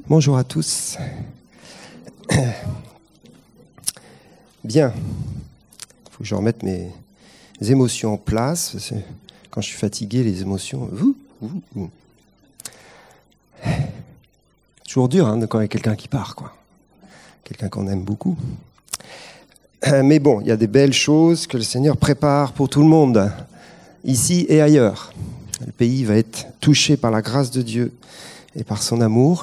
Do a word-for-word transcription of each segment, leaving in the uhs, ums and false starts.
Bonjour à tous. Bien, il faut que je remette mes émotions en place. Parce que quand je suis fatigué, les émotions... Ouh, ouh, ouh. Toujours dur hein, quand il y a quelqu'un qui part, quoi. Quelqu'un qu'on aime beaucoup. Mais bon, il y a des belles choses que le Seigneur prépare pour tout le monde, ici et ailleurs. Le pays va être touché par la grâce de Dieu et par son amour.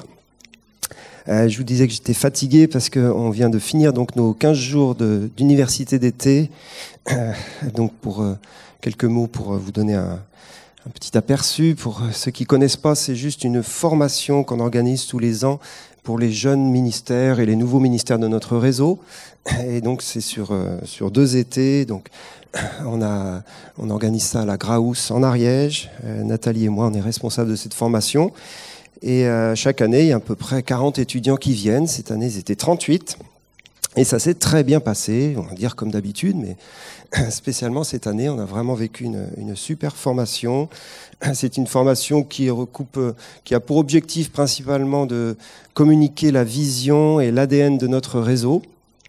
Euh, je vous disais que j'étais fatigué parce qu'on vient de finir donc nos quinze jours de, d'université d'été. Euh, donc pour euh, quelques mots pour vous donner un, un petit aperçu. Pour ceux qui ne connaissent pas, c'est juste une formation qu'on organise tous les ans pour les jeunes ministères et les nouveaux ministères de notre réseau. Et donc c'est sur, euh, sur deux étés. Donc on, a, on organise ça à la Graousse en Ariège. Euh, Nathalie et moi, on est responsables de cette formation. Et euh, chaque année, il y a à peu près quarante étudiants qui viennent. Cette année, ils étaient trente-huit. Et ça s'est très bien passé, on va dire comme d'habitude, mais spécialement cette année, on a vraiment vécu une, une super formation. C'est une formation qui recoupe, qui a pour objectif principalement de communiquer la vision et l'A D N de notre réseau.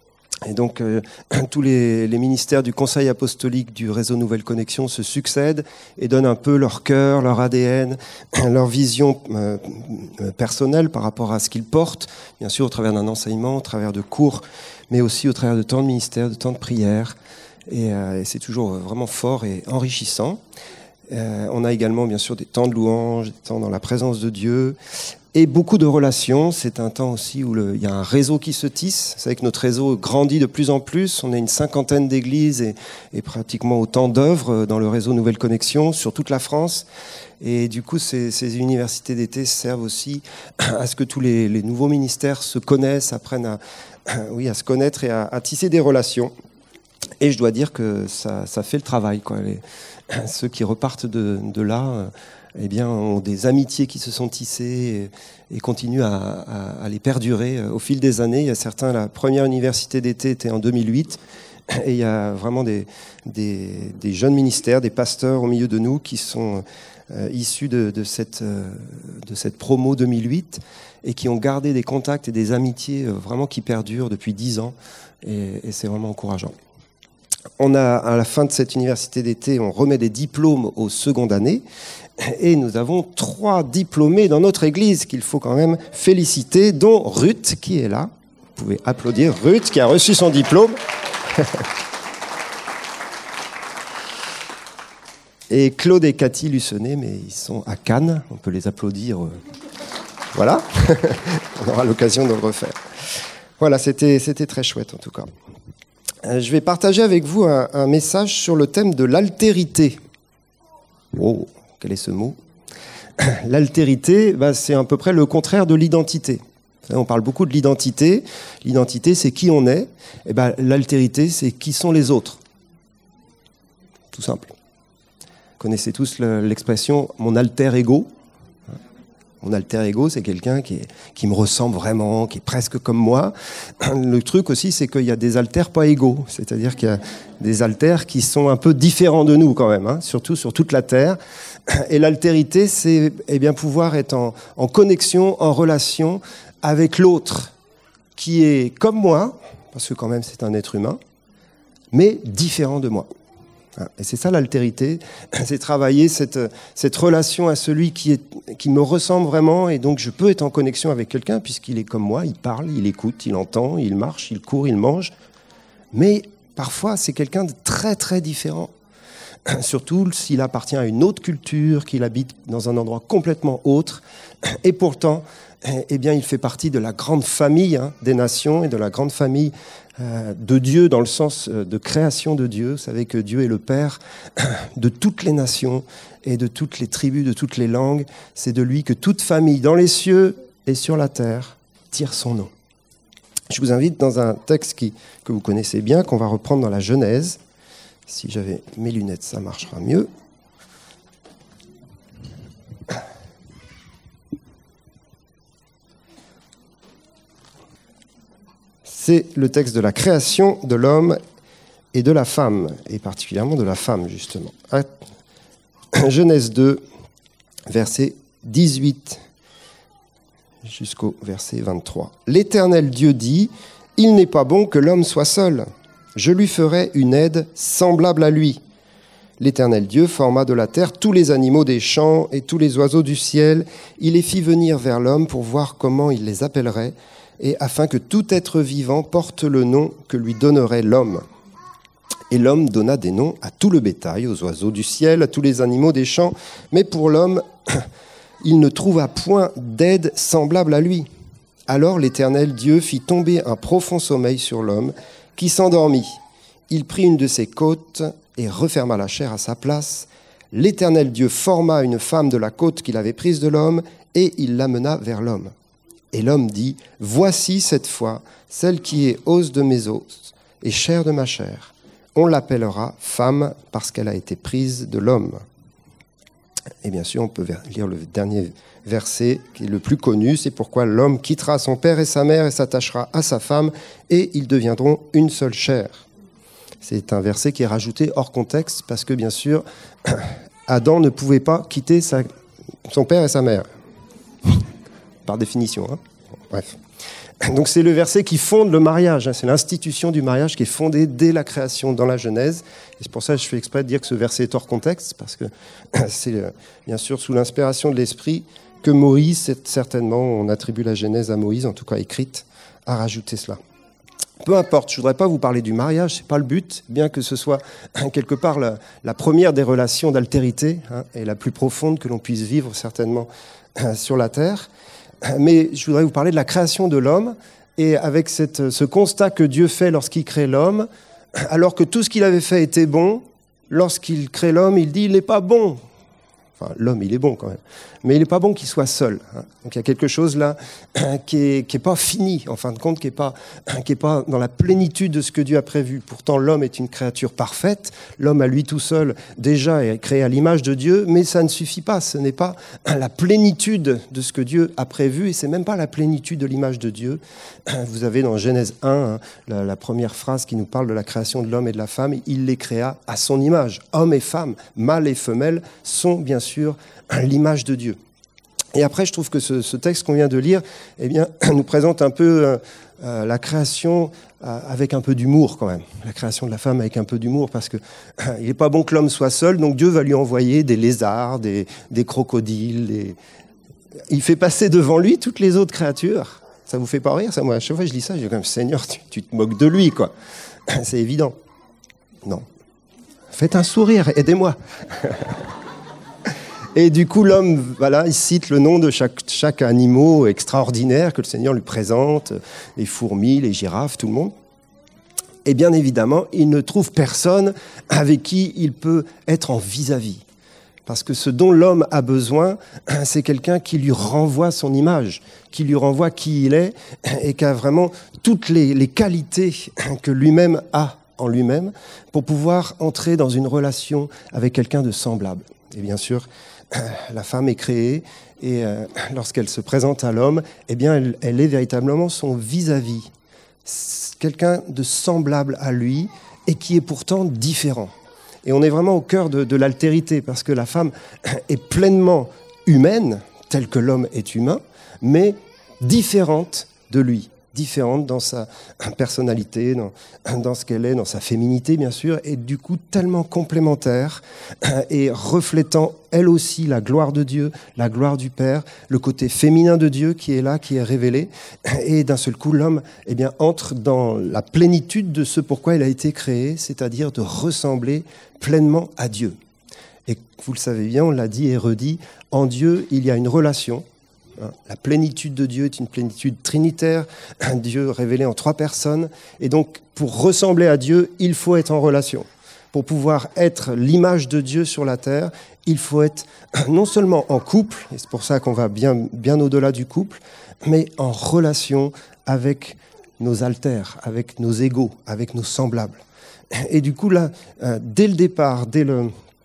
Et donc, euh, tous les, les ministères du Conseil apostolique du réseau Nouvelle Connexion se succèdent et donnent un peu leur cœur, leur A D N, leur vision euh, personnelle par rapport à ce qu'ils portent, bien sûr au travers d'un enseignement, au travers de cours, mais aussi au travers de temps de ministère, de temps de prière. Et, euh, et c'est toujours vraiment fort et enrichissant. Euh, on a également, bien sûr, des temps de louange, des temps dans la présence de Dieu. Et beaucoup de relations, c'est un temps aussi où le, il y a un réseau qui se tisse. Vous savez que notre réseau grandit de plus en plus. On a une cinquantaine d'églises et, et pratiquement autant d'œuvres dans le réseau Nouvelle Connexion sur toute la France. Et du coup, ces, ces universités d'été servent aussi à ce que tous les, les nouveaux ministères se connaissent, apprennent à, oui, à se connaître et à, à tisser des relations. Et je dois dire que ça, ça fait le travail, quoi. Les, ceux qui repartent de, de là... eh bien, ont des amitiés qui se sont tissées et, et continuent à, à, à les perdurer au fil des années. Il y a certains, la première université d'été était en deux mille huit, et il y a vraiment des, des, des jeunes ministères, des pasteurs au milieu de nous qui sont euh, issus de, de, cette, euh, de cette promo deux mille huit et qui ont gardé des contacts et des amitiés euh, vraiment qui perdurent depuis dix ans, et, et c'est vraiment encourageant. On a, à la fin de cette université d'été, on remet des diplômes aux secondes années. Et nous avons trois diplômés dans notre église qu'il faut quand même féliciter, dont Ruth qui est là. Vous pouvez applaudir Ruth qui a reçu son diplôme. Et Claude et Cathy Lucenay, mais ils sont à Cannes. On peut les applaudir. Voilà. On aura l'occasion de le refaire. Voilà, c'était, c'était très chouette en tout cas. Je vais partager avec vous un, un message sur le thème de l'altérité. Oh, quel est ce mot ? L'altérité, bah, c'est à peu près le contraire de l'identité. On parle beaucoup de l'identité. L'identité, c'est qui on est. Et bah, l'altérité, c'est qui sont les autres. Tout simple. Vous connaissez tous l'expression « mon alter ego ». Mon alter ego, c'est quelqu'un qui, est, qui me ressemble vraiment, qui est presque comme moi. Le truc aussi, c'est qu'il y a des alters pas égaux. C'est-à-dire qu'il y a des alters qui sont un peu différents de nous quand même, hein, surtout sur toute la Terre. Et l'altérité, c'est eh bien, pouvoir être en, en connexion, en relation avec l'autre, qui est comme moi, parce que quand même c'est un être humain, mais différent de moi. Et c'est ça l'altérité, c'est travailler cette, cette relation à celui qui, est, qui me ressemble vraiment, et donc je peux être en connexion avec quelqu'un puisqu'il est comme moi, il parle, il écoute, il entend, il marche, il court, il mange. Mais parfois c'est quelqu'un de très très différent, surtout s'il appartient à une autre culture, qu'il habite dans un endroit complètement autre, et pourtant eh bien, il fait partie de la grande famille hein, des nations et de la grande famille euh, de Dieu dans le sens euh, de création de Dieu. Vous savez que Dieu est le Père de toutes les nations et de toutes les tribus, de toutes les langues. C'est de lui que toute famille dans les cieux et sur la terre tire son nom. Je vous invite dans un texte qui, que vous connaissez bien, qu'on va reprendre dans la Genèse. Si j'avais mes lunettes, ça marchera mieux. C'est le texte de la création de l'homme et de la femme, et particulièrement de la femme, justement. Genèse deux, verset dix-huit jusqu'au verset vingt-trois. L'Éternel Dieu dit, « Il n'est pas bon que l'homme soit seul. Je lui ferai une aide semblable à lui. » L'Éternel Dieu forma de la terre tous les animaux des champs et tous les oiseaux du ciel. Il les fit venir vers l'homme pour voir comment il les appellerait, et afin que tout être vivant porte le nom que lui donnerait l'homme. Et l'homme donna des noms à tout le bétail, aux oiseaux du ciel, à tous les animaux des champs. Mais pour l'homme, il ne trouva point d'aide semblable à lui. Alors l'Éternel Dieu fit tomber un profond sommeil sur l'homme, qui s'endormit. Il prit une de ses côtes et referma la chair à sa place. L'Éternel Dieu forma une femme de la côte qu'il avait prise de l'homme, et il l'amena vers l'homme. Et l'homme dit, « Voici cette fois celle qui est os de mes os et chair de ma chair. On l'appellera femme parce qu'elle a été prise de l'homme. » Et bien sûr, on peut lire le dernier verset qui est le plus connu. C'est pourquoi l'homme quittera son père et sa mère et s'attachera à sa femme, et ils deviendront une seule chair. C'est un verset qui est rajouté hors contexte parce que, bien sûr, Adam ne pouvait pas quitter sa, son père et sa mère. Par définition. Hein. Bref. Donc c'est le verset qui fonde le mariage. Hein. C'est l'institution du mariage qui est fondée dès la création dans la Genèse. Et c'est pour ça que je fais exprès de dire que ce verset est hors contexte, parce que c'est bien sûr sous l'inspiration de l'Esprit que Moïse, certainement, on attribue la Genèse à Moïse, en tout cas écrite, a rajouté cela. Peu importe, je ne voudrais pas vous parler du mariage, ce n'est pas le but, bien que ce soit quelque part la, la première des relations d'altérité, hein, et la plus profonde que l'on puisse vivre certainement sur la terre. Mais je voudrais vous parler de la création de l'homme, et avec cette, ce constat que Dieu fait lorsqu'il crée l'homme, alors que tout ce qu'il avait fait était bon, lorsqu'il crée l'homme, il dit « il n'est pas bon ». Enfin, l'homme, il est bon quand même. Mais il n'est pas bon qu'il soit seul. Hein. Donc il y a quelque chose là qui n'est qui est pas fini, en fin de compte, qui n'est pas, qui est pas dans la plénitude de ce que Dieu a prévu. Pourtant, l'homme est une créature parfaite. L'homme, à lui tout seul, déjà est créé à l'image de Dieu, mais ça ne suffit pas. Ce n'est pas la plénitude de ce que Dieu a prévu, et ce n'est même pas la plénitude de l'image de Dieu. Vous avez dans Genèse un, hein, la, la première phrase qui nous parle de la création de l'homme et de la femme. Il les créa à son image. Hommes et femmes, mâles et femelles, sont bien sûr sur l'image de Dieu. Et après, je trouve que ce, ce texte qu'on vient de lire, eh bien, nous présente un peu euh, la création euh, avec un peu d'humour quand même. La création de la femme avec un peu d'humour, parce que euh, il n'est pas bon que l'homme soit seul, donc Dieu va lui envoyer des lézards, des, des crocodiles. Des... Il fait passer devant lui toutes les autres créatures. Ça vous fait pas rire, ça? Moi, à chaque fois que je lis ça, je dis comme Seigneur, tu, tu te moques de lui, quoi. C'est évident. Non. Faites un sourire, aidez-moi. Et du coup, l'homme, voilà, il cite le nom de chaque, chaque animal extraordinaire que le Seigneur lui présente, les fourmis, les girafes, tout le monde. Et bien évidemment, il ne trouve personne avec qui il peut être en vis-à-vis. Parce que ce dont l'homme a besoin, c'est quelqu'un qui lui renvoie son image, qui lui renvoie qui il est, et qui a vraiment toutes les, les qualités que lui-même a en lui-même pour pouvoir entrer dans une relation avec quelqu'un de semblable. Et bien sûr, la femme est créée, et euh, lorsqu'elle se présente à l'homme, eh bien, elle, elle est véritablement son vis-à-vis, quelqu'un de semblable à lui et qui est pourtant différent. Et on est vraiment au cœur de, de l'altérité, parce que la femme est pleinement humaine, telle que l'homme est humain, mais différente de lui. Différente dans sa personnalité, dans, dans ce qu'elle est, dans sa féminité bien sûr, et du coup tellement complémentaire et reflétant elle aussi la gloire de Dieu, la gloire du Père, le côté féminin de Dieu qui est là, qui est révélé, et d'un seul coup l'homme eh bien, entre dans la plénitude de ce pourquoi il a été créé, c'est-à-dire de ressembler pleinement à Dieu. Et vous le savez bien, on l'a dit et redit, en Dieu il y a une relation. La plénitude de Dieu est une plénitude trinitaire, un Dieu révélé en trois personnes. Et donc, pour ressembler à Dieu, il faut être en relation. Pour pouvoir être l'image de Dieu sur la terre, il faut être non seulement en couple, et c'est pour ça qu'on va bien, bien au-delà du couple, mais en relation avec nos altères, avec nos égaux, avec nos semblables. Et du coup, là, dès le départ, dès le...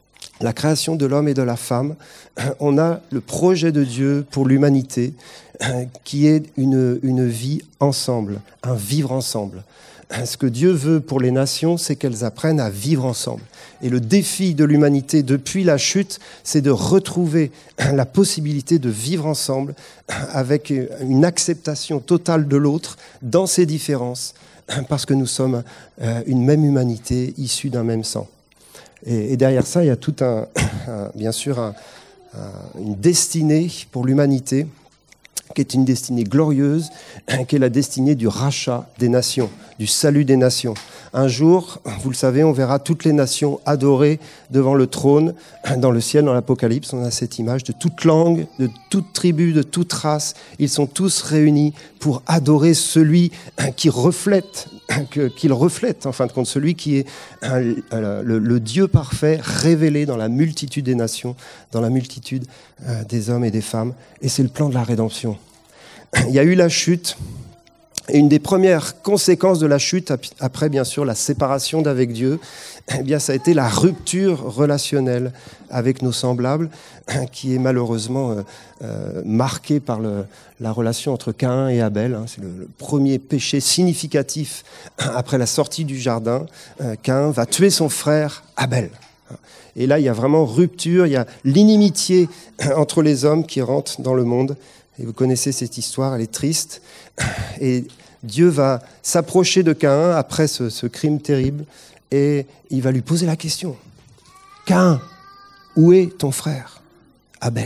la création de l'homme et de la femme, on a le projet de Dieu pour l'humanité, qui est une, une vie ensemble, un vivre ensemble. Ce que Dieu veut pour les nations, c'est qu'elles apprennent à vivre ensemble. Et le défi de l'humanité depuis la chute, c'est de retrouver la possibilité de vivre ensemble avec une acceptation totale de l'autre dans ses différences, parce que nous sommes une même humanité issue d'un même sang. Et, et derrière ça, il y a tout un, un bien sûr, un, un, une destinée pour l'humanité, qui est une destinée glorieuse, qui est la destinée du rachat des nations, du salut des nations. Un jour, vous le savez, on verra toutes les nations adorées devant le trône. Dans le ciel, dans l'Apocalypse, on a cette image de toute langue, de toute tribu, de toute race. Ils sont tous réunis pour adorer celui qui reflète, qu'il reflète, en fin de compte, celui qui est le, le Dieu parfait révélé dans la multitude des nations, dans la multitude des hommes et des femmes. Et c'est le plan de la rédemption. Il y a eu la chute. Et une des premières conséquences de la chute, après bien sûr la séparation d'avec Dieu, eh bien, ça a été la rupture relationnelle avec nos semblables, qui est malheureusement euh, euh, marquée par le, la relation entre Caïn et Abel. Hein. C'est le, le premier péché significatif après la sortie du jardin. Euh, Caïn va tuer son frère Abel. Et là, il y a vraiment rupture, il y a l'inimitié entre les hommes qui rentrent dans le monde. Et vous connaissez cette histoire, elle est triste. Et Dieu va s'approcher de Caïn après ce, ce crime terrible et il va lui poser la question. Caïn, où est ton frère Abel?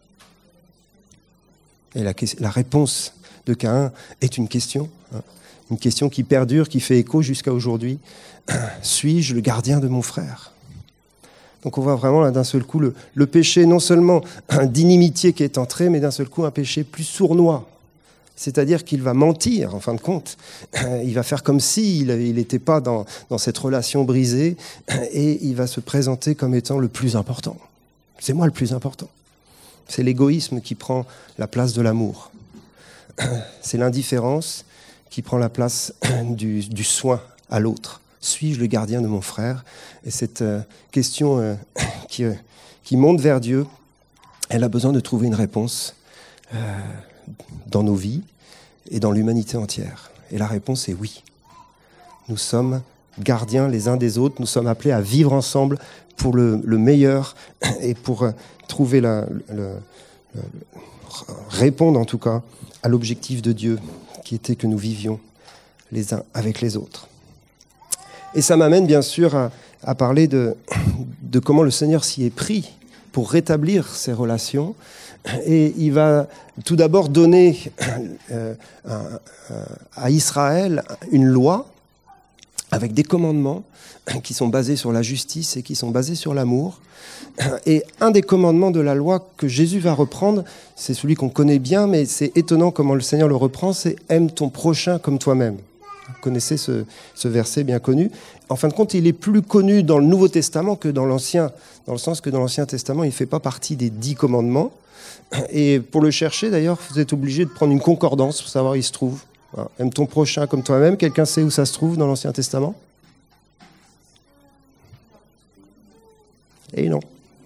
Et la, la réponse de Caïn est une question, hein, une question qui perdure, qui fait écho jusqu'à aujourd'hui. Suis-je le gardien de mon frère? Donc on voit vraiment là d'un seul coup le, le péché non seulement d'inimitié qui est entré, mais d'un seul coup un péché plus sournois. C'est-à-dire qu'il va mentir, en fin de compte. Il va faire comme s'il n'était pas dans, dans cette relation brisée et il va se présenter comme étant le plus important. C'est moi le plus important. C'est l'égoïsme qui prend la place de l'amour. C'est l'indifférence qui prend la place du, du soin à l'autre. Suis-je le gardien de mon frère? Et cette euh, question euh, qui, euh, qui monte vers Dieu, elle a besoin de trouver une réponse euh, dans nos vies et dans l'humanité entière. Et la réponse est oui. Nous sommes gardiens les uns des autres, nous sommes appelés à vivre ensemble pour le, le meilleur et pour euh, trouver la, le, le, répondre en tout cas à l'objectif de Dieu qui était que nous vivions les uns avec les autres. Et ça m'amène bien sûr à, à parler de, de comment le Seigneur s'y est pris pour rétablir ces relations. Et il va tout d'abord donner euh, à, à Israël une loi avec des commandements qui sont basés sur la justice et qui sont basés sur l'amour. Et un des commandements de la loi que Jésus va reprendre, c'est celui qu'on connaît bien, mais c'est étonnant comment le Seigneur le reprend, c'est « aime ton prochain comme toi-même ». Vous connaissez ce, ce verset bien connu. En fin de compte, il est plus connu dans le Nouveau Testament que dans l'Ancien, dans le sens que dans l'Ancien Testament, il ne fait pas partie des dix commandements. Et pour le chercher, d'ailleurs, vous êtes obligé de prendre une concordance pour savoir où il se trouve. Voilà. Aime ton prochain comme toi-même. Quelqu'un sait où ça se trouve dans l'Ancien Testament? Et non.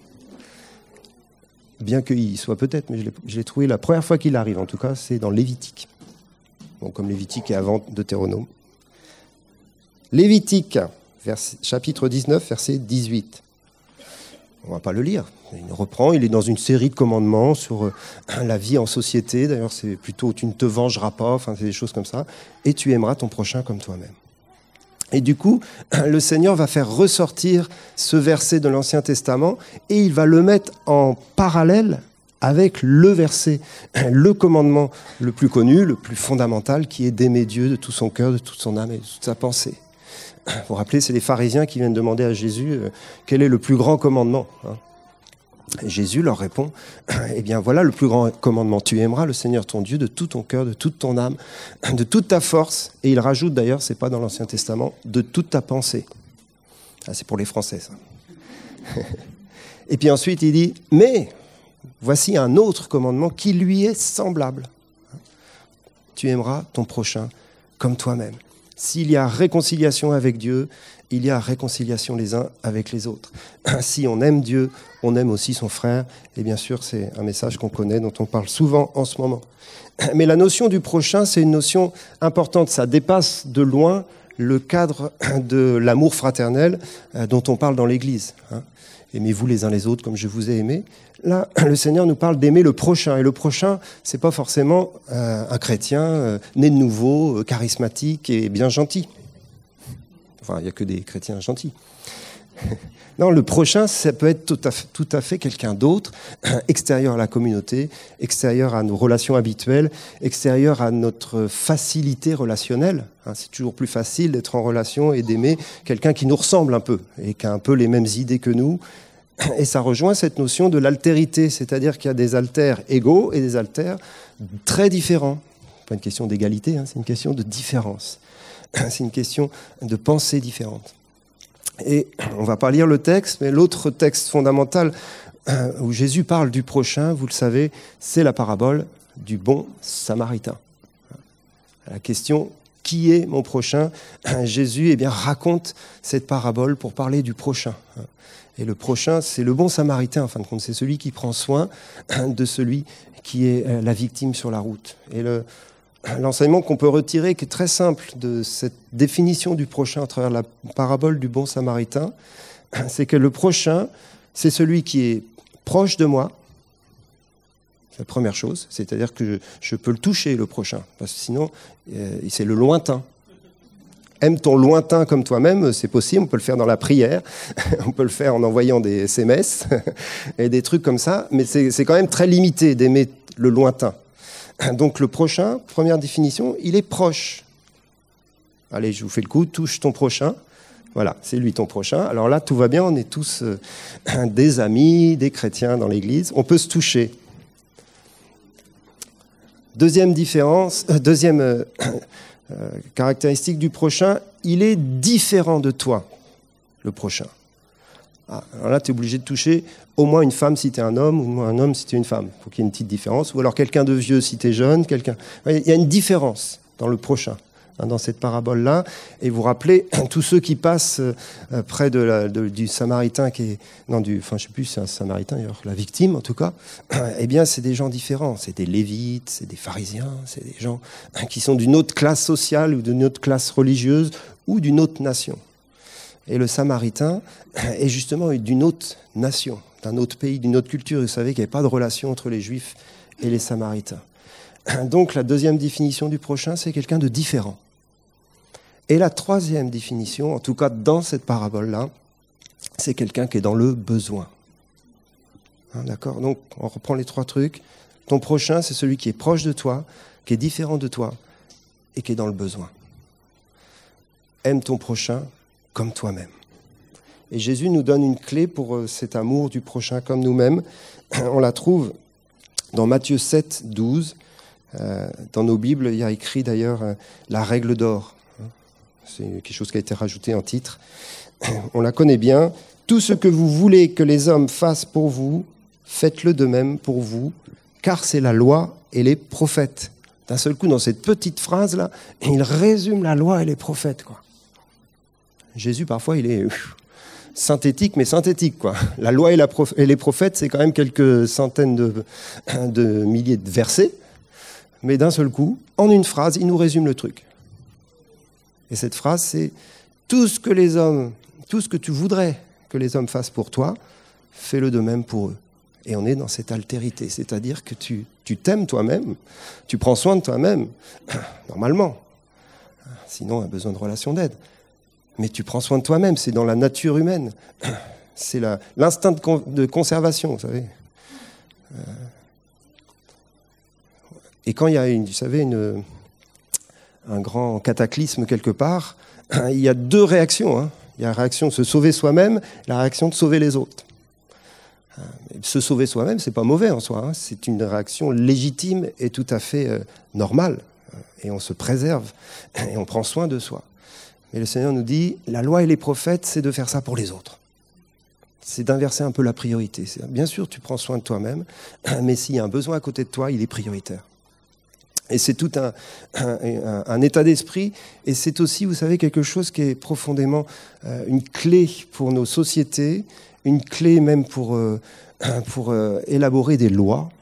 Bien qu'il y soit peut-être, mais je l'ai, je l'ai trouvé la première fois qu'il arrive, en tout cas, c'est dans Lévitique. Bon, comme Lévitique est avant Deutéronome. Lévitique, verset, chapitre dix-neuf, verset dix-huit. On ne va pas le lire. Il reprend, il est dans une série de commandements sur euh, la vie en société. D'ailleurs, c'est plutôt « tu ne te vengeras pas », enfin, c'est des choses comme ça. « Et tu aimeras ton prochain comme toi-même ». Et du coup, le Seigneur va faire ressortir ce verset de l'Ancien Testament et il va le mettre en parallèle avec le verset, le commandement le plus connu, le plus fondamental, qui est d'aimer Dieu de tout son cœur, de toute son âme et de toute sa pensée. Vous vous rappelez, c'est les pharisiens qui viennent demander à Jésus euh, quel est le plus grand commandement, hein. Et Jésus leur répond, eh bien voilà le plus grand commandement, tu aimeras le Seigneur ton Dieu de tout ton cœur, de toute ton âme, de toute ta force, et il rajoute d'ailleurs, c'est pas dans l'Ancien Testament, de toute ta pensée. Ah, c'est pour les Français ça. Et puis ensuite il dit, mais voici un autre commandement qui lui est semblable. Tu aimeras ton prochain comme toi-même. S'il y a réconciliation avec Dieu, il y a réconciliation les uns avec les autres. Si on aime Dieu, on aime aussi son frère. Et bien sûr, c'est un message qu'on connaît, dont on parle souvent en ce moment. Mais la notion du prochain, c'est une notion importante. Ça dépasse de loin le cadre de l'amour fraternel dont on parle dans l'Église. Aimez-vous les uns les autres comme je vous ai aimés. Là, le Seigneur nous parle d'aimer le prochain. Et le prochain, c'est pas forcément euh, un chrétien euh, né de nouveau, euh, charismatique et bien gentil. Enfin, il n'y a que des chrétiens gentils. Non, le prochain, ça peut être tout à fait, tout à fait quelqu'un d'autre, extérieur à la communauté, extérieur à nos relations habituelles, extérieur à notre facilité relationnelle. Hein, c'est toujours plus facile d'être en relation et d'aimer quelqu'un qui nous ressemble un peu et qui a un peu les mêmes idées que nous. Et ça rejoint cette notion de l'altérité, c'est-à-dire qu'il y a des altères égaux et des altères très différents. Pas une question d'égalité, hein, c'est une question de différence. C'est une question de pensée différente. Et on ne va pas lire le texte, mais l'autre texte fondamental où Jésus parle du prochain, vous le savez, c'est la parabole du bon samaritain. La question « Qui est mon prochain ?» Jésus eh bien, raconte cette parabole pour parler du prochain. Et le prochain, c'est le bon samaritain, en fin de compte. C'est celui qui prend soin de celui qui est la victime sur la route. Et le, l'enseignement qu'on peut retirer, qui est très simple de cette définition du prochain à travers la parabole du bon samaritain, c'est que le prochain, c'est celui qui est proche de moi. C'est la première chose. C'est-à-dire que je, je peux le toucher, le prochain. Parce que sinon, euh, c'est le lointain. Aime ton lointain comme toi-même, c'est possible, on peut le faire dans la prière, on peut le faire en envoyant des S M S et des trucs comme ça, mais c'est, c'est quand même très limité d'aimer le lointain. Donc le prochain, première définition, il est proche. Allez, je vous fais le coup, touche ton prochain. Voilà, c'est lui ton prochain. Alors là, tout va bien, on est tous euh, des amis, des chrétiens dans l'Église, on peut se toucher. Deuxième différence, euh, deuxième... Euh, Euh, caractéristique du prochain, il est différent de toi, le prochain. Ah, alors là, tu es obligé de toucher au moins une femme si tu es un homme, ou au moins un homme si tu es une femme. Il faut qu'il y ait une petite différence. Ou alors quelqu'un de vieux si tu es jeune. Quelqu'un... Il y a une différence dans le prochain, hein, dans cette parabole-là. Et vous rappelez, tous ceux qui passent euh, près de la, de, du Samaritain, qui est, non, du, enfin, je ne sais plus si c'est un Samaritain, d'ailleurs, la victime en tout cas, eh bien, c'est des gens différents. C'est des Lévites, c'est des pharisiens, c'est des gens qui sont d'une autre classe sociale ou d'une autre classe religieuse ou d'une autre nation. Et le Samaritain est justement d'une autre nation, d'un autre pays, d'une autre culture. Vous savez qu'il n'y avait pas de relation entre les Juifs et les Samaritains. Donc, la deuxième définition du prochain, c'est quelqu'un de différent. Et la troisième définition, en tout cas dans cette parabole-là, c'est quelqu'un qui est dans le besoin. Hein, d'accord ? Donc, on reprend les trois trucs. Ton prochain, c'est celui qui est proche de toi, qui est différent de toi et qui est dans le besoin. Aime ton prochain comme toi-même. Et Jésus nous donne une clé pour cet amour du prochain comme nous-mêmes. On la trouve dans Matthieu sept, douze. Euh, dans nos Bibles, il y a écrit d'ailleurs euh, la règle d'or. C'est quelque chose qui a été rajouté en titre. On la connaît bien. Tout ce que vous voulez que les hommes fassent pour vous, faites-le de même pour vous, car c'est la loi et les prophètes. D'un seul coup, dans cette petite phrase-là, il résume la loi et les prophètes, quoi. Jésus, parfois, il est synthétique, mais synthétique, quoi. La loi et, la prof... et les prophètes, c'est quand même quelques centaines de, de milliers de versets, mais d'un seul coup, en une phrase, il nous résume le truc. Et cette phrase, c'est « Tout ce que les hommes, tout ce que tu voudrais que les hommes fassent pour toi, fais-le de même pour eux. » Et on est dans cette altérité, c'est-à-dire que tu, tu t'aimes toi-même, tu prends soin de toi-même, normalement. Sinon, on a besoin de relations d'aide. Mais tu prends soin de toi-même, c'est dans la nature humaine. C'est la, l'instinct de, con, de conservation, vous savez. Et quand il y a, une, vous savez, une, un grand cataclysme quelque part, il y a deux réactions. Hein. Il y a la réaction de se sauver soi-même, la réaction de sauver les autres. Se sauver soi-même, c'est pas mauvais en soi. Hein. C'est une réaction légitime et tout à fait euh, normale. Et on se préserve et on prend soin de soi. Mais le Seigneur nous dit, la loi et les prophètes, c'est de faire ça pour les autres. C'est d'inverser un peu la priorité. C'est, bien sûr, tu prends soin de toi-même, mais s'il y a un besoin à côté de toi, il est prioritaire. Et c'est tout un, un, un état d'esprit, et c'est aussi, vous savez, quelque chose qui est profondément euh, une clé pour nos sociétés, une clé même pour, euh, pour euh, élaborer des lois.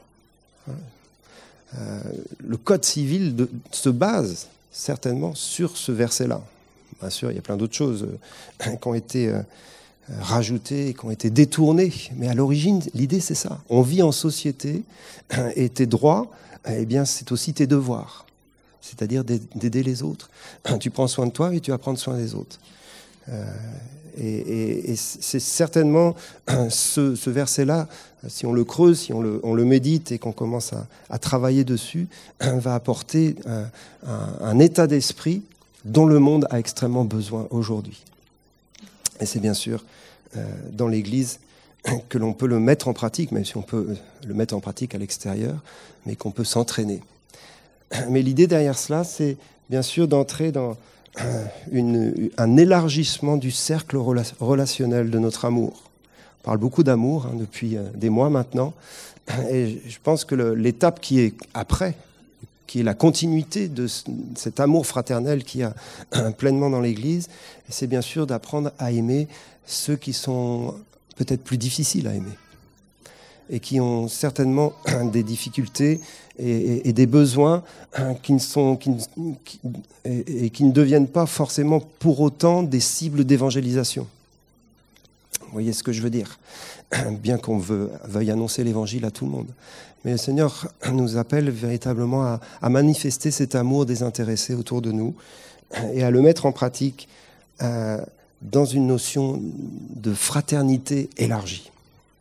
Euh, le Code civil de, se base certainement sur ce verset-là. Bien sûr, il y a plein d'autres choses euh, qui ont été euh, rajoutées, qui ont été détournées, mais à l'origine, l'idée c'est ça. On vit en société, et tes droits, eh bien, c'est aussi tes devoirs, c'est-à-dire d'aider les autres. Tu prends soin de toi et tu vas prendre soin des autres. Euh, et, et, et c'est certainement ce, ce verset-là, si on le creuse, si on le, on le médite et qu'on commence à, à travailler dessus, va apporter un, un, un état d'esprit dont le monde a extrêmement besoin aujourd'hui. Et c'est bien sûr euh, dans l'Église que l'on peut le mettre en pratique, même si on peut le mettre en pratique à l'extérieur, mais qu'on peut s'entraîner. Mais l'idée derrière cela, c'est bien sûr d'entrer dans une, un élargissement du cercle rela- relationnel de notre amour. On parle beaucoup d'amour hein, depuis des mois maintenant, et je pense que le, l'étape qui est après, qui est la continuité de ce, cet amour fraternel qu'il y a pleinement dans l'Église, c'est bien sûr d'apprendre à aimer ceux qui sont peut-être plus difficiles à aimer et qui ont certainement des difficultés et, et, et des besoins qui ne sont, qui, qui, et, et qui ne deviennent pas forcément pour autant des cibles d'évangélisation. Vous voyez ce que je veux dire ? Bien qu'on veut, veuille annoncer l'évangile à tout le monde. Mais le Seigneur nous appelle véritablement à, à manifester cet amour désintéressé autour de nous et à le mettre en pratique euh, dans une notion de fraternité élargie.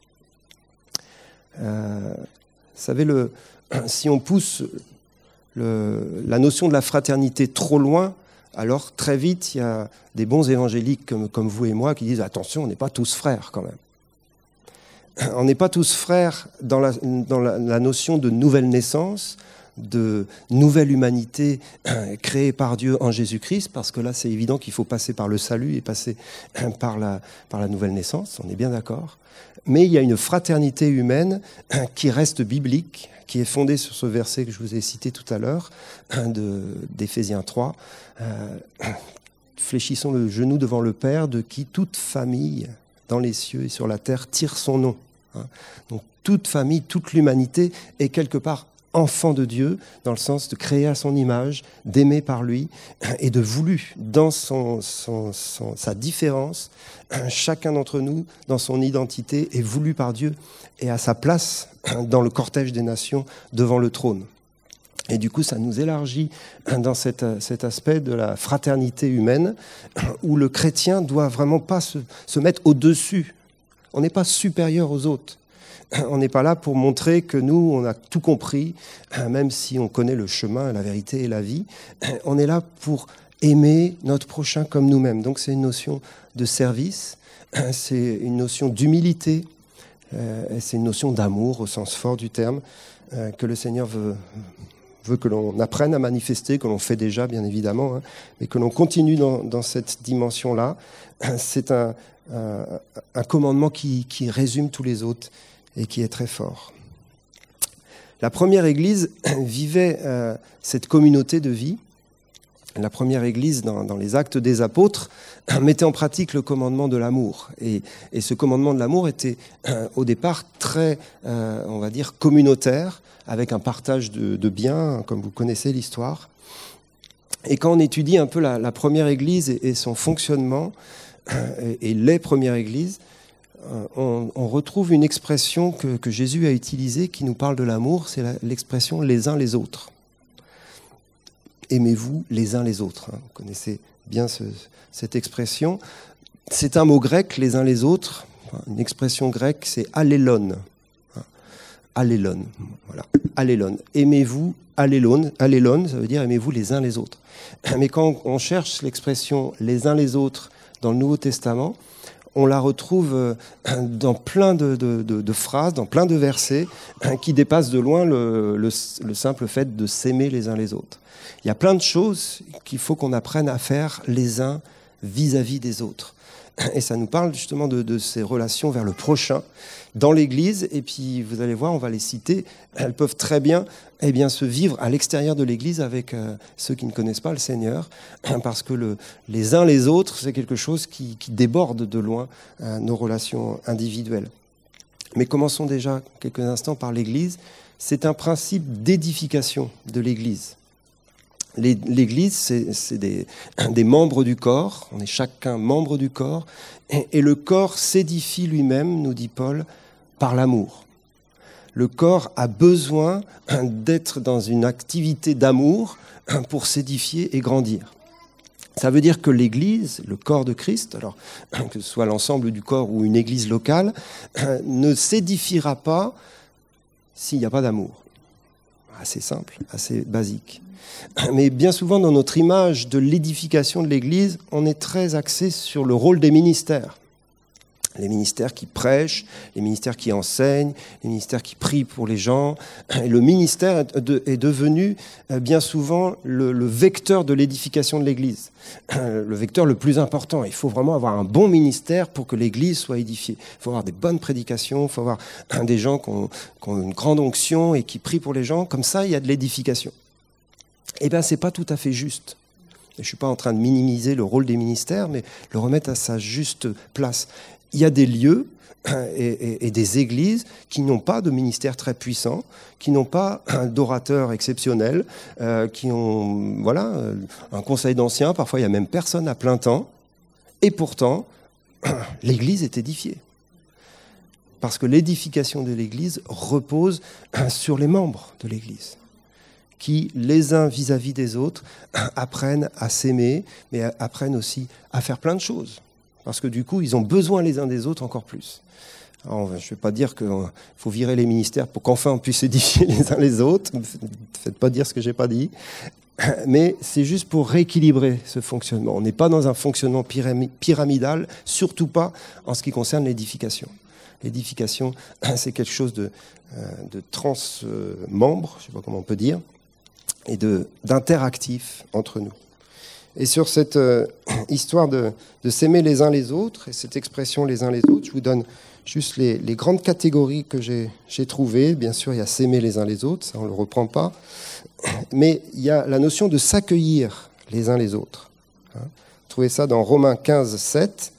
Euh, vous savez, le, si on pousse le, la notion de la fraternité trop loin, alors très vite, il y a des bons évangéliques comme, comme vous et moi qui disent « Attention, on n'est pas tous frères quand même ». On n'est pas tous frères dans la, dans la, la notion de nouvelle naissance, de nouvelle humanité créée par Dieu en Jésus-Christ, parce que là, c'est évident qu'il faut passer par le salut et passer par la, par la nouvelle naissance, on est bien d'accord. Mais il y a une fraternité humaine qui reste biblique, qui est fondée sur ce verset que je vous ai cité tout à l'heure, de, d'Éphésiens trois. Euh, Fléchissons le genou devant le Père, de qui toute famille dans les cieux et sur la terre tire son nom. Donc toute famille, toute l'humanité est quelque part enfant de Dieu, dans le sens de créer à son image, d'aimer par lui et de voulu, dans son, son, son, sa différence, chacun d'entre nous, dans son identité, est voulu par Dieu et à sa place dans le cortège des nations devant le trône. Et du coup, ça nous élargit dans cet, cet aspect de la fraternité humaine où le chrétien doit vraiment pas se, se mettre au-dessus. On n'est pas supérieur aux autres. On n'est pas là pour montrer que nous, on a tout compris, même si on connaît le chemin, la vérité et la vie. On est là pour aimer notre prochain comme nous-mêmes. Donc c'est une notion de service, c'est une notion d'humilité, c'est une notion d'amour au sens fort du terme, que le Seigneur veut, veut que l'on apprenne à manifester, que l'on fait déjà bien évidemment, hein, mais que l'on continue dans, dans cette dimension-là. C'est un, un, un commandement qui, qui résume tous les autres et qui est très fort. La première Église vivait euh, cette communauté de vie. La première Église, dans, dans les Actes des Apôtres, mettait en pratique le commandement de l'amour. Et, et ce commandement de l'amour était euh, au départ très, euh, on va dire, communautaire, avec un partage de, de biens, comme vous connaissez l'histoire. Et quand on étudie un peu la, la première Église et, et son fonctionnement, euh, et, et les premières Églises, On, on retrouve une expression que, que Jésus a utilisée qui nous parle de l'amour, c'est la, l'expression « les uns les autres ». Aimez-vous les uns les autres. Hein. Vous connaissez bien ce, cette expression. C'est un mot grec, les uns les autres. Une expression grecque, c'est « allélon ». Hein. Allélon, voilà. Allélon. Aimez-vous, allélon. Allélon, ça veut dire aimez-vous les uns les autres. Mais quand on cherche l'expression « les uns les autres » dans le Nouveau Testament, on la retrouve dans plein de, de, de, de phrases, dans plein de versets qui dépassent de loin le, le, le simple fait de s'aimer les uns les autres. Il y a plein de choses qu'il faut qu'on apprenne à faire les uns vis-à-vis des autres. Et ça nous parle justement de, de ces relations vers le prochain dans l'Église. Et puis, vous allez voir, on va les citer. Elles peuvent très bien, eh bien se vivre à l'extérieur de l'Église avec euh, ceux qui ne connaissent pas le Seigneur. Parce que le, les uns les autres, c'est quelque chose qui, qui déborde de loin euh, nos relations individuelles. Mais commençons déjà quelques instants par l'Église. C'est un principe d'édification de l'Église. L'Église, c'est, c'est des, des membres du corps, on est chacun membre du corps, et, et le corps s'édifie lui-même, nous dit Paul, par l'amour. Le corps a besoin d'être dans une activité d'amour pour s'édifier et grandir. Ça veut dire que l'Église, le corps de Christ, alors que ce soit l'ensemble du corps ou une Église locale, ne s'édifiera pas s'il n'y a pas d'amour. Assez simple, assez basique. Mais bien souvent, dans notre image de l'édification de l'Église, on est très axé sur le rôle des ministères. Les ministères qui prêchent, les ministères qui enseignent, les ministères qui prient pour les gens. Et le ministère est devenu bien souvent le, le vecteur de l'édification de l'Église. Le vecteur le plus important. Il faut vraiment avoir un bon ministère pour que l'Église soit édifiée. Il faut avoir des bonnes prédications, il faut avoir des gens qui ont, qui ont une grande onction et qui prient pour les gens. Comme ça, il y a de l'édification. Eh bien, ce n'est pas tout à fait juste. Je ne suis pas en train de minimiser le rôle des ministères, mais le remettre à sa juste place. Il y a des lieux et, et, et des églises qui n'ont pas de ministère très puissant, qui n'ont pas d'orateurs exceptionnels, euh, qui ont voilà, un conseil d'anciens, parfois il n'y a même personne à plein temps, et pourtant, l'Église est édifiée. Parce que l'édification de l'Église repose sur les membres de l'Église, qui, les uns vis-à-vis des autres, apprennent à s'aimer, mais apprennent aussi à faire plein de choses. Parce que du coup, ils ont besoin les uns des autres encore plus. Alors, je ne vais pas dire qu'il faut virer les ministères pour qu'enfin on puisse édifier les uns les autres. Ne faites pas dire ce que je n'ai pas dit. Mais c'est juste pour rééquilibrer ce fonctionnement. On n'est pas dans un fonctionnement pyramidal, surtout pas en ce qui concerne l'édification. L'édification, c'est quelque chose de, de transmembre, je ne sais pas comment on peut dire, et de, d'interactif entre nous. Et sur cette euh, histoire de, de s'aimer les uns les autres, et cette expression les uns les autres, je vous donne juste les, les grandes catégories que j'ai, j'ai trouvées. Bien sûr, il y a s'aimer les uns les autres, ça on ne le reprend pas. Mais il y a la notion de s'accueillir les uns les autres. Hein. Vous trouvez ça dans Romains quinze, sept,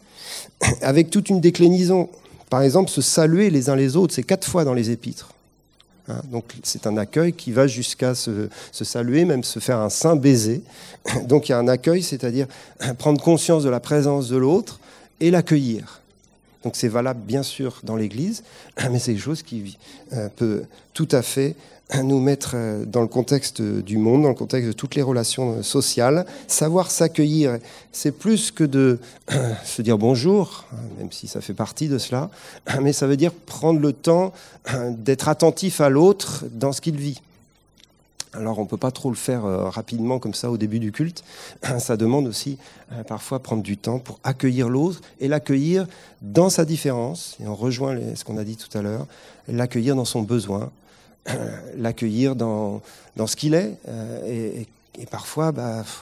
avec toute une déclinaison. Par exemple, se saluer les uns les autres, c'est quatre fois dans les épîtres. Hein, donc c'est un accueil qui va jusqu'à se, se saluer, même se faire un saint baiser. Donc il y a un accueil, c'est-à-dire prendre conscience de la présence de l'autre et l'accueillir. Donc c'est valable bien sûr dans l'Église, mais c'est quelque chose qui euh, peut tout à fait nous mettre dans le contexte du monde, dans le contexte de toutes les relations sociales. Savoir s'accueillir, c'est plus que de euh, se dire bonjour, même si ça fait partie de cela, mais ça veut dire prendre le temps euh, d'être attentif à l'autre dans ce qu'il vit. Alors on ne peut pas trop le faire euh, rapidement comme ça au début du culte. Ça demande aussi euh, parfois prendre du temps pour accueillir l'autre et l'accueillir dans sa différence. Et on rejoint les, ce qu'on a dit tout à l'heure, l'accueillir dans son besoin, euh, l'accueillir dans, dans ce qu'il est. Euh, et, et, et parfois, bah, pff,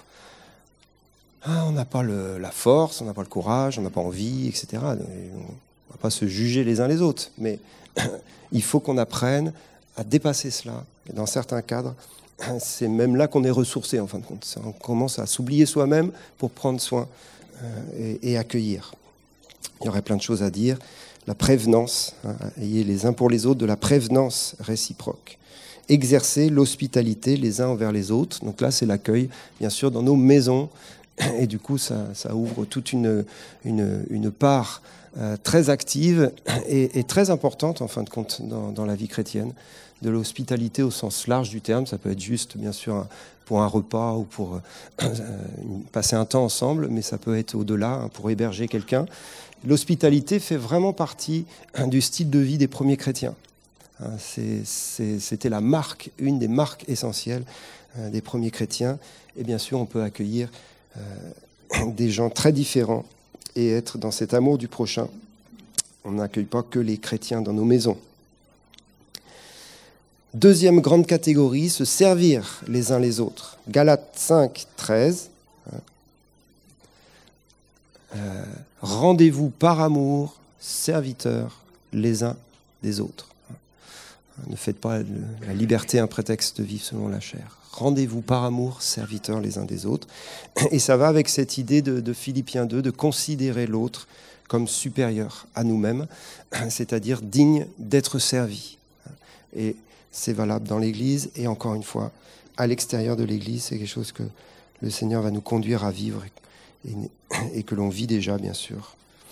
ah, on n'a pas le, la force, on n'a pas le courage, on n'a pas envie, et cetera. Et on ne va pas se juger les uns les autres. Mais il faut qu'on apprenne à dépasser cela. Et dans certains cadres, c'est même là qu'on est ressourcé, en fin de compte. On commence à s'oublier soi-même pour prendre soin euh, et, et accueillir. Il y aurait plein de choses à dire. La prévenance, hein, ayez les uns pour les autres de la prévenance réciproque. Exercer l'hospitalité les uns envers les autres. Donc là, c'est l'accueil, bien sûr, dans nos maisons. Et du coup, ça, ça ouvre toute une, une, une part euh, très active et, et très importante, en fin de compte, dans, dans la vie chrétienne. De l'hospitalité au sens large du terme, ça peut être juste, bien sûr, pour un repas ou pour euh, passer un temps ensemble, mais ça peut être au-delà, hein, pour héberger quelqu'un. L'hospitalité fait vraiment partie hein, du style de vie des premiers chrétiens. Hein, c'est, c'est, c'était la marque, une des marques essentielles euh, des premiers chrétiens. Et bien sûr, on peut accueillir euh, des gens très différents et être dans cet amour du prochain. On n'accueille pas que les chrétiens dans nos maisons. Deuxième grande catégorie, se servir les uns les autres. Galates cinq, treize. euh, rendez-vous par amour, serviteurs les uns des autres. Ne faites pas la liberté un prétexte de vivre selon la chair. Rendez-vous par amour, serviteurs les uns des autres. Et ça va avec cette idée de, de Philippiens deux, de considérer l'autre comme supérieur à nous-mêmes, c'est-à-dire digne d'être servi. Et c'est valable dans l'Église, et encore une fois, à l'extérieur de l'Église, c'est quelque chose que le Seigneur va nous conduire à vivre, et, et que l'on vit déjà, bien sûr.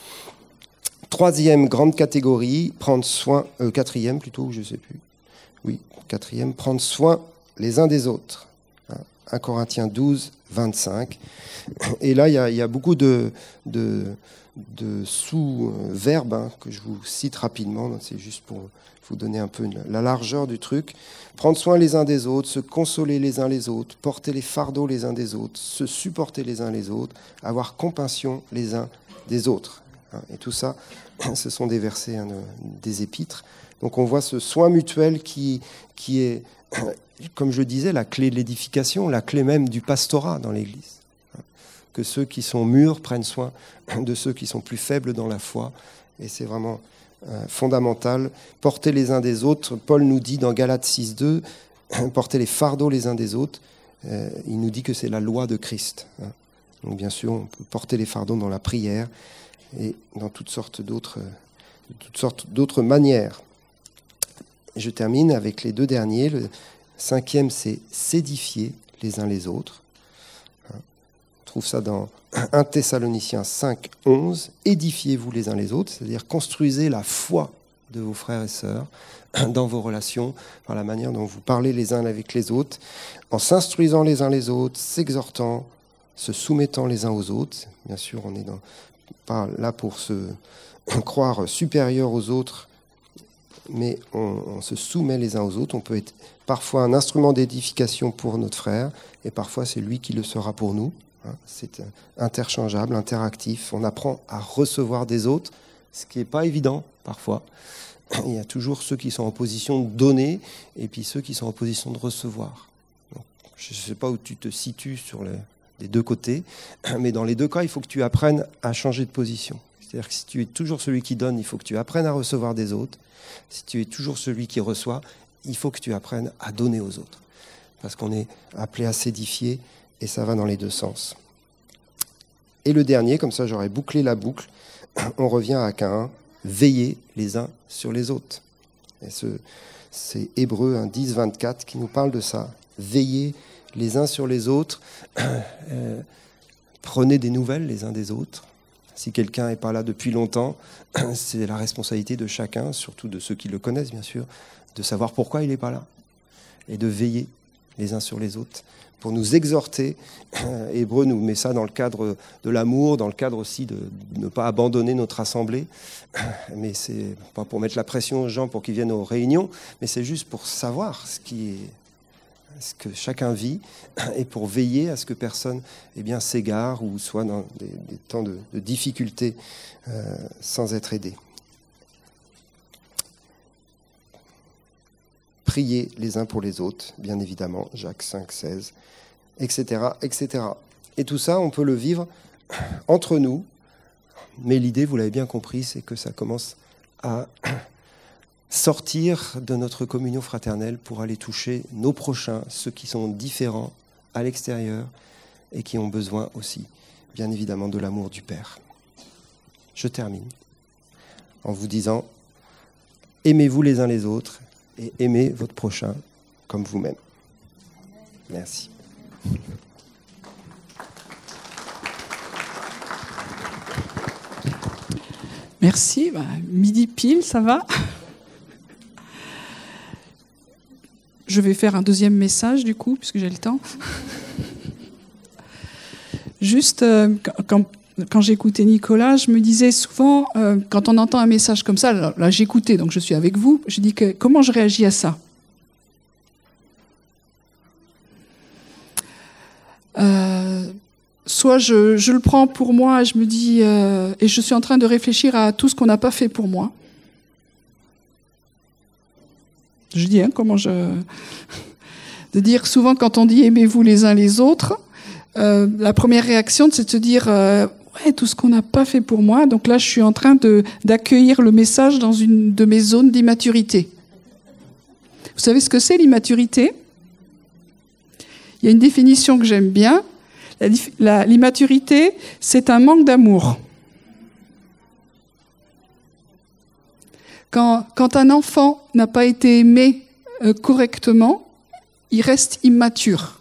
Troisième grande catégorie, prendre soin, euh, quatrième plutôt, je ne sais plus. Oui, quatrième, prendre soin les uns des autres. un Corinthiens douze, vingt-cinq. Et là, il y a, il y a beaucoup de, de, de sous-verbes hein, que je vous cite rapidement. Donc c'est juste pour vous donner un peu une, la largeur du truc. Prendre soin les uns des autres, se consoler les uns les autres, porter les fardeaux les uns des autres, se supporter les uns les autres, avoir compassion les uns des autres. Et tout ça, ce sont des versets hein, des épîtres. Donc on voit ce soin mutuel qui, qui est, comme je disais, la clé de l'édification, la clé même du pastorat dans l'Église. Que ceux qui sont mûrs prennent soin de ceux qui sont plus faibles dans la foi. Et c'est vraiment euh, fondamental. Porter les uns des autres, Paul nous dit dans Galates six deux, porter les fardeaux les uns des autres, euh, il nous dit que c'est la loi de Christ. Donc bien sûr, on peut porter les fardeaux dans la prière, et dans toutes sortes d'autres, toutes sortes d'autres manières. Je termine avec les deux derniers. Le cinquième, c'est s'édifier les uns les autres. On trouve ça dans un Thessaloniciens cinq, onze. Édifiez-vous les uns les autres, c'est-à-dire construisez la foi de vos frères et sœurs dans vos relations, par la manière dont vous parlez les uns avec les autres, en s'instruisant les uns les autres, s'exhortant, se soumettant les uns aux autres. Bien sûr, on est dans... pas là pour se croire supérieur aux autres, mais on, on se soumet les uns aux autres. On peut être parfois un instrument d'édification pour notre frère, et parfois c'est lui qui le sera pour nous. C'est interchangeable, interactif. On apprend à recevoir des autres, ce qui n'est pas évident parfois. Il y a toujours ceux qui sont en position de donner, et puis ceux qui sont en position de recevoir. Donc, je ne sais pas où tu te situes sur le... des deux côtés, mais dans les deux cas, il faut que tu apprennes à changer de position. C'est-à-dire que si tu es toujours celui qui donne, il faut que tu apprennes à recevoir des autres. Si tu es toujours celui qui reçoit, il faut que tu apprennes à donner aux autres. Parce qu'on est appelé à s'édifier, et ça va dans les deux sens. Et le dernier, comme ça j'aurais bouclé la boucle, on revient à Caïn, veiller les uns sur les autres. Et ce, c'est Hébreux hein, dix, vingt-quatre qui nous parle de ça. Veiller les uns sur les autres, euh, prenez des nouvelles les uns des autres. Si quelqu'un n'est pas là depuis longtemps, c'est la responsabilité de chacun, surtout de ceux qui le connaissent bien sûr, de savoir pourquoi il n'est pas là et de veiller les uns sur les autres pour nous exhorter. Hébreu nous met ça dans le cadre de l'amour, dans le cadre aussi de ne pas abandonner notre assemblée. Mais c'est pas pour mettre la pression aux gens pour qu'ils viennent aux réunions, mais c'est juste pour savoir ce qui est ce que chacun vit, et pour veiller à ce que personne eh bien, s'égare ou soit dans des, des temps de, de difficulté euh, sans être aidé. Priez les uns pour les autres, bien évidemment, Jacques cinq, seize, et cetera, et cetera. Et tout ça, on peut le vivre entre nous, mais l'idée, vous l'avez bien compris, c'est que ça commence à sortir de notre communion fraternelle pour aller toucher nos prochains, ceux qui sont différents à l'extérieur et qui ont besoin aussi, bien évidemment, de l'amour du Père. Je termine en vous disant, aimez-vous les uns les autres et aimez votre prochain comme vous-même. Merci. Merci. Bah, midi pile, ça va ? Je vais faire un deuxième message, du coup, puisque j'ai le temps. Juste, euh, quand, quand j'écoutais Nicolas, je me disais souvent, euh, quand on entend un message comme ça, là, là j'écoutais, donc je suis avec vous, je dis que comment je réagis à ça ? euh, Soit je, je le prends pour moi et je me dis, euh, et je suis en train de réfléchir à tout ce qu'on n'a pas fait pour moi. Je dis, hein, comment je... de dire souvent quand on dit aimez-vous les uns les autres, euh, la première réaction c'est de se dire, euh, ouais, tout ce qu'on n'a pas fait pour moi. Donc là, je suis en train de, d'accueillir le message dans une de mes zones d'immaturité. Vous savez ce que c'est l'immaturité ? Il y a une définition que j'aime bien. La, la, l'immaturité, c'est un manque d'amour. Quand, quand un enfant n'a pas été aimé euh, correctement, il reste immature.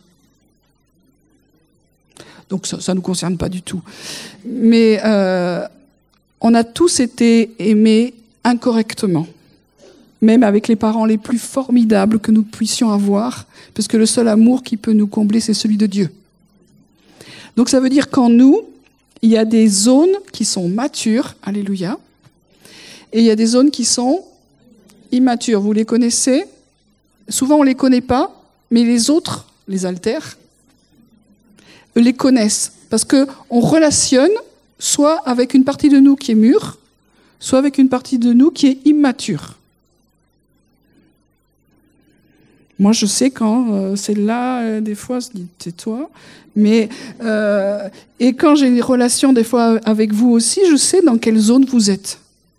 Donc ça ne nous concerne pas du tout. Mais euh, on a tous été aimés incorrectement, même avec les parents les plus formidables que nous puissions avoir, parce que le seul amour qui peut nous combler, c'est celui de Dieu. Donc ça veut dire qu'en nous, il y a des zones qui sont matures, alléluia, et il y a des zones qui sont immatures. Vous les connaissez ? Souvent on ne les connaît pas, mais les autres, les altères, les connaissent. Parce qu'on relationne soit avec une partie de nous qui est mûre, soit avec une partie de nous qui est immature. Moi, je sais quand euh, celle-là, euh, des fois, se dit tais-toi. Mais euh, et quand j'ai des relations des fois avec vous aussi, je sais dans quelle zone vous êtes.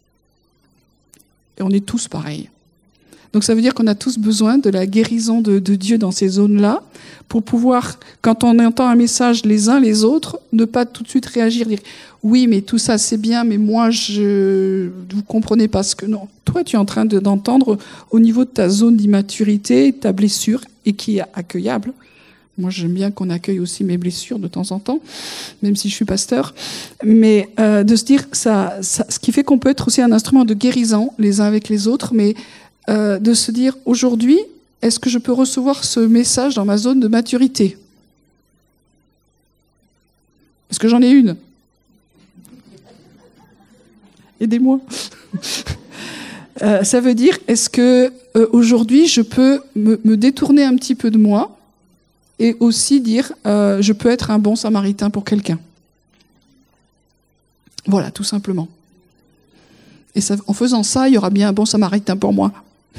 Et on est tous pareils. Donc ça veut dire qu'on a tous besoin de la guérison de, de Dieu dans ces zones-là, pour pouvoir, quand on entend un message les uns les autres, ne pas tout de suite réagir, dire oui, mais tout ça c'est bien, mais moi je vous comprenez pas ce que non. Toi, tu es en train de, d'entendre au niveau de ta zone d'immaturité, ta blessure, et qui est accueillable. Moi, j'aime bien qu'on accueille aussi mes blessures de temps en temps, même si je suis pasteur. Mais euh, de se dire, ça, ça, ce qui fait qu'on peut être aussi un instrument de guérison les uns avec les autres, mais euh, de se dire, aujourd'hui, est-ce que je peux recevoir ce message dans ma zone de maturité ? Parce que j'en ai une. Aidez-moi. euh, ça veut dire, est-ce que euh, aujourd'hui, je peux me, me détourner un petit peu de moi ? Et aussi dire, euh, je peux être un bon samaritain pour quelqu'un. Voilà, tout simplement. Et ça, en faisant ça, il y aura bien un bon samaritain pour moi.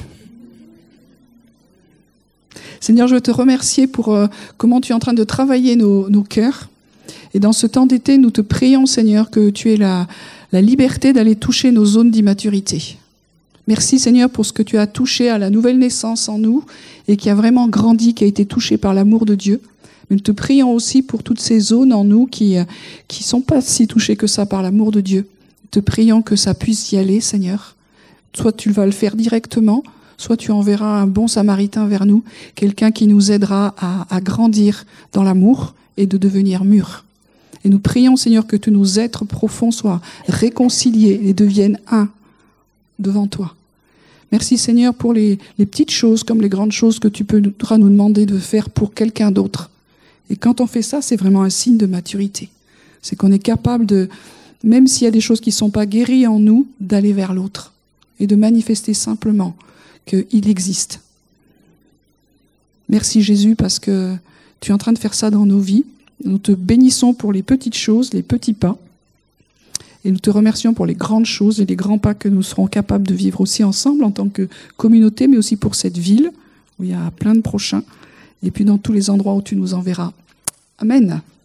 Seigneur, je veux te remercier pour euh, comment tu es en train de travailler nos, nos cœurs. Et dans ce temps d'été, nous te prions, Seigneur, que tu aies la, la liberté d'aller toucher nos zones d'immaturité. Merci Seigneur pour ce que tu as touché à la nouvelle naissance en nous et qui a vraiment grandi, qui a été touché par l'amour de Dieu. Mais nous te prions aussi pour toutes ces zones en nous qui qui sont pas si touchées que ça par l'amour de Dieu. Nous te prions que ça puisse y aller, Seigneur. Soit tu vas le faire directement, soit tu enverras un bon samaritain vers nous, quelqu'un qui nous aidera à, à grandir dans l'amour et de devenir mûrs. Et nous prions, Seigneur, que tous nos êtres profonds soient réconciliés et deviennent un devant toi. Merci Seigneur pour les, les petites choses comme les grandes choses que tu pourras nous demander de faire pour quelqu'un d'autre. Et quand on fait ça, c'est vraiment un signe de maturité. C'est qu'on est capable de, même s'il y a des choses qui ne sont pas guéries en nous, d'aller vers l'autre et de manifester simplement qu'il existe. Merci Jésus parce que tu es en train de faire ça dans nos vies. Nous te bénissons pour les petites choses, les petits pas. Et nous te remercions pour les grandes choses et les grands pas que nous serons capables de vivre aussi ensemble en tant que communauté, mais aussi pour cette ville où il y a plein de prochains, et puis dans tous les endroits où tu nous enverras. Amen.